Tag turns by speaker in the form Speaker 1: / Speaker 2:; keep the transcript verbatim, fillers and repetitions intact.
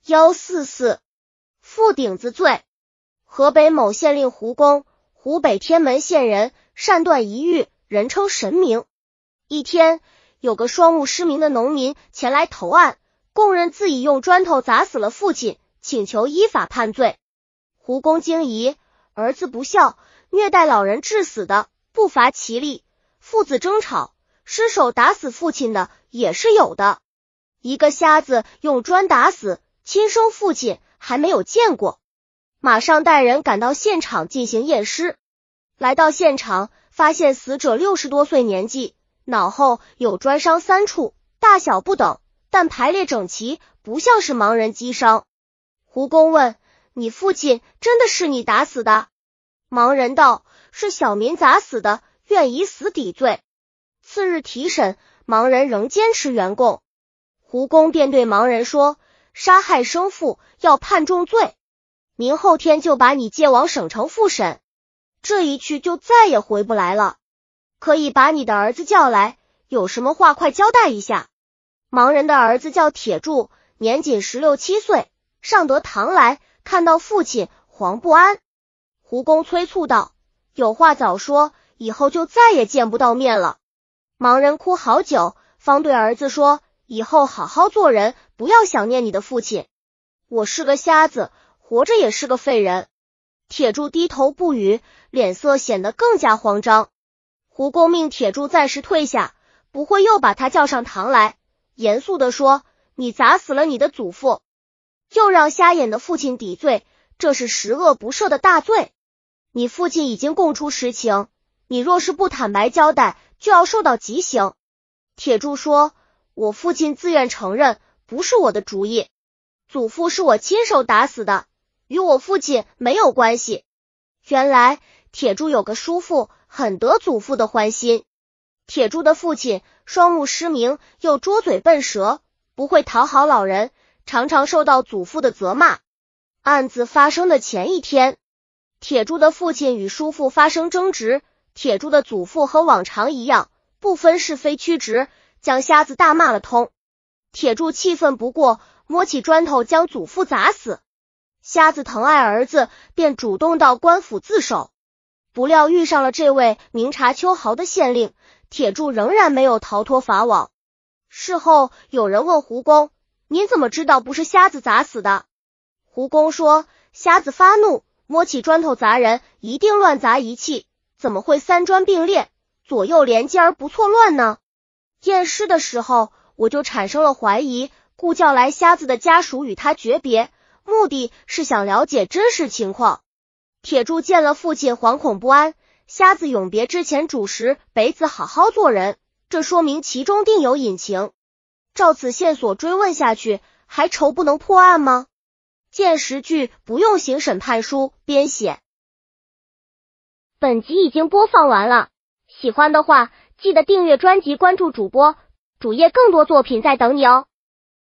Speaker 1: 一四四负顶子罪。河北某县令胡公，湖北天门县人，善断一玉，人称神明。一天，有个双目失明的农民前来投案，供认自己用砖头砸死了父亲，请求依法判罪。胡公惊疑，儿子不孝，虐待老人致死的不乏其例，父子争吵，失手打死父亲的也是有的。一个瞎子用砖打死亲生父亲还没有见过，马上带人赶到现场进行验尸。来到现场，发现死者六十多岁年纪，脑后有砖伤三处，大小不等，但排列整齐，不像是盲人击伤。胡公问：你父亲真的是你打死的？盲人道：是小民砸死的，愿以死抵罪。次日提审，盲人仍坚持原供。胡公便对盲人说：杀害生父要判重罪，明后天就把你借往省城复审，这一去就再也回不来了。可以把你的儿子叫来，有什么话快交代一下。盲人的儿子叫铁柱，年仅十六七岁，上得堂来，看到父亲惶不安。胡公催促道：有话早说，以后就再也见不到面了。盲人哭好久，方对儿子说：以后好好做人，不要想念你的父亲。我是个瞎子，活着也是个废人。铁柱低头不语，脸色显得更加慌张。胡公命铁柱暂时退下，不会又把他叫上堂来，严肃地说：你砸死了你的祖父，又让瞎眼的父亲抵罪，这是十恶不赦的大罪。你父亲已经供出实情，你若是不坦白交代，就要受到极刑。铁柱说：我父亲自愿承认，不是我的主意，祖父是我亲手打死的，与我父亲没有关系。原来铁柱有个叔父，很得祖父的欢心。铁柱的父亲双目失明，又拙嘴笨舌，不会讨好老人，常常受到祖父的责骂。案子发生的前一天，铁柱的父亲与叔父发生争执，铁柱的祖父和往常一样，不分是非曲直，将瞎子大骂了通。铁柱气愤不过，摸起砖头将祖父砸死。瞎子疼爱儿子，便主动到官府自首。不料遇上了这位明察秋毫的县令，铁柱仍然没有逃脱法网。事后有人问胡公：您怎么知道不是瞎子砸死的？胡公说：瞎子发怒，摸起砖头砸人，一定乱砸一气，怎么会三砖并列，左右连接而不错乱呢？验尸的时候，我就产生了怀疑，故叫来瞎子的家属与他诀别，目的是想了解真实情况。铁柱见了父亲惶恐不安，瞎子永别之前主食北子好好做人，这说明其中定有隐情。照此线索追问下去，还愁不能破案吗？见实据不用行审判书编写。本集已经播放完了，喜欢的话记得订阅专辑，关注主播，主页更多作品在等你哦。